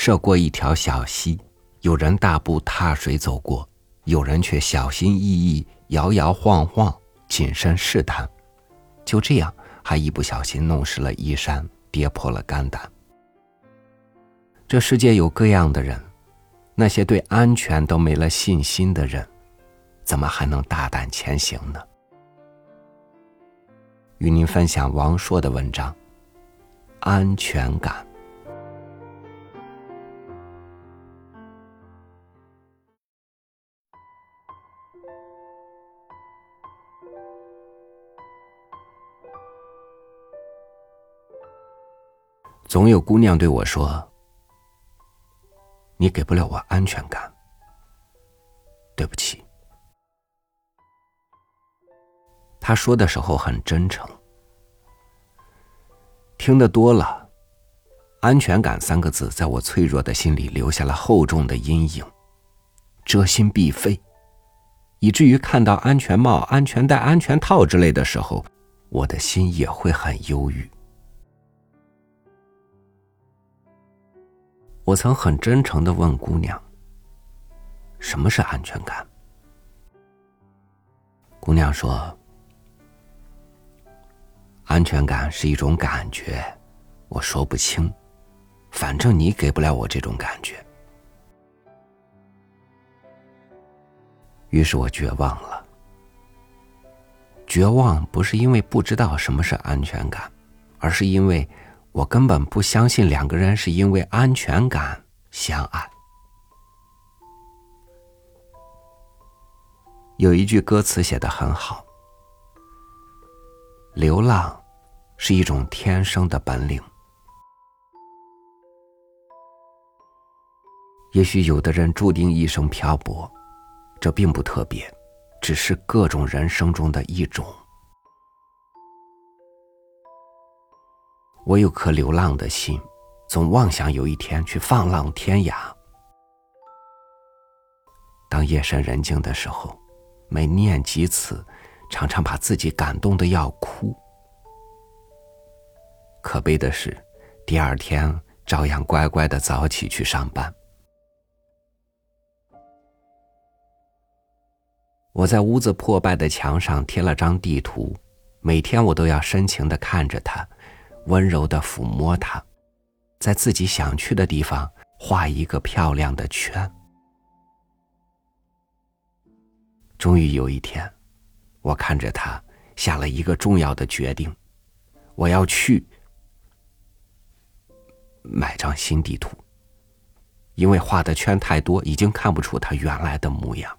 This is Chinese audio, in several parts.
涉过一条小溪，有人大步踏水走过，有人却小心翼翼摇摇晃晃谨慎试探，就这样还一不小心弄湿了衣衫，跌破了肝胆。这世界有各样的人，那些对安全都没了信心的人，怎么还能大胆前行呢？与您分享王朔的文章《安全感》。总有姑娘对我说，你给不了我安全感，对不起。她说的时候很真诚，听得多了，安全感3个字在我脆弱的心里留下了厚重的阴影，遮心必废，以至于看到安全帽、安全带、安全套之类的时候，我的心也会很忧郁。我曾很真诚地问姑娘，什么是安全感？姑娘说，安全感是一种感觉，我说不清，反正你给不了我这种感觉。于是我绝望了。绝望不是因为不知道什么是安全感，而是因为我根本不相信2个人是因为安全感相爱。有一句歌词写得很好，流浪是一种天生的本领。也许有的人注定一生漂泊，这并不特别，只是各种人生中的一种。我有颗流浪的心，总妄想有一天去放浪天涯。当夜深人静的时候，每念几次，常常把自己感动得要哭。可悲的是，第2天照样乖乖地早起去上班。我在屋子破败的墙上贴了张地图，每天我都要深情地看着它，温柔地抚摸它，在自己想去的地方画一个漂亮的圈。终于有一天，我看着它下了一个重要的决定，我要去买张新地图，因为画的圈太多，已经看不出它原来的模样。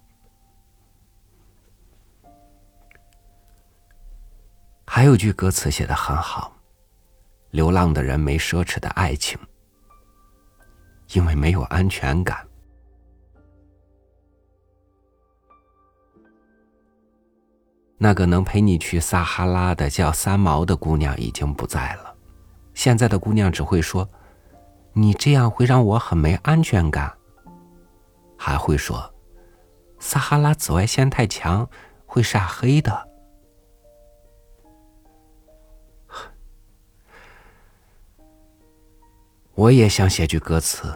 还有句歌词写得很好，流浪的人没奢侈的爱情，因为没有安全感。那个能陪你去撒哈拉的叫3毛的姑娘已经不在了，现在的姑娘只会说，你这样会让我很没安全感，还会说，撒哈拉紫外线太强，会晒黑的。我也想写句歌词，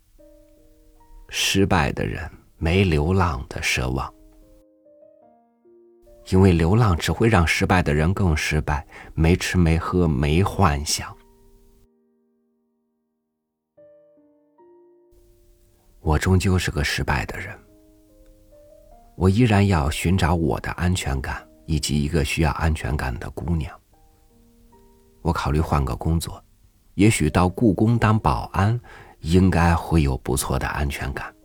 失败的人没流浪的奢望，因为流浪只会让失败的人更失败，没吃没喝没幻想。我终究是个失败的人，我依然要寻找我的安全感，以及一个需要安全感的姑娘。我考虑换个工作，也许到故宫当保安，应该会有不错的安全感。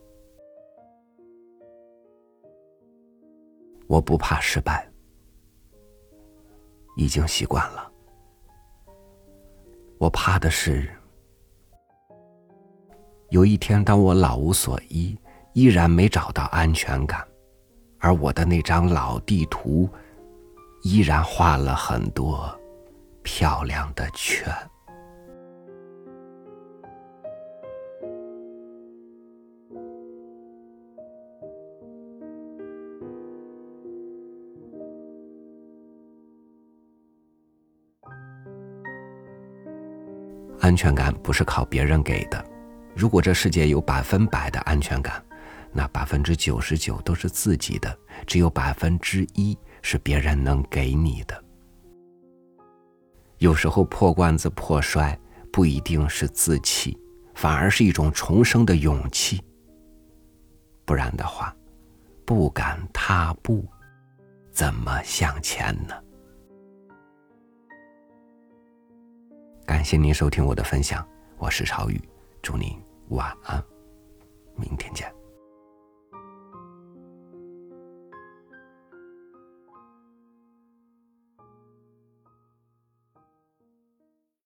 我不怕失败，已经习惯了。我怕的是，有一天当我老无所依，依然没找到安全感，而我的那张老地图依然画了很多漂亮的圈。安全感不是靠别人给的， 如果这世界有100%的安全感，那99%都是自己的，只有1%是别人能给你的。有时候破罐子破摔不一定是自弃，反而是一种重生的勇气。不然的话，不敢踏步，怎么向前呢？感谢您收听我的分享，我是朝雨，祝您晚安。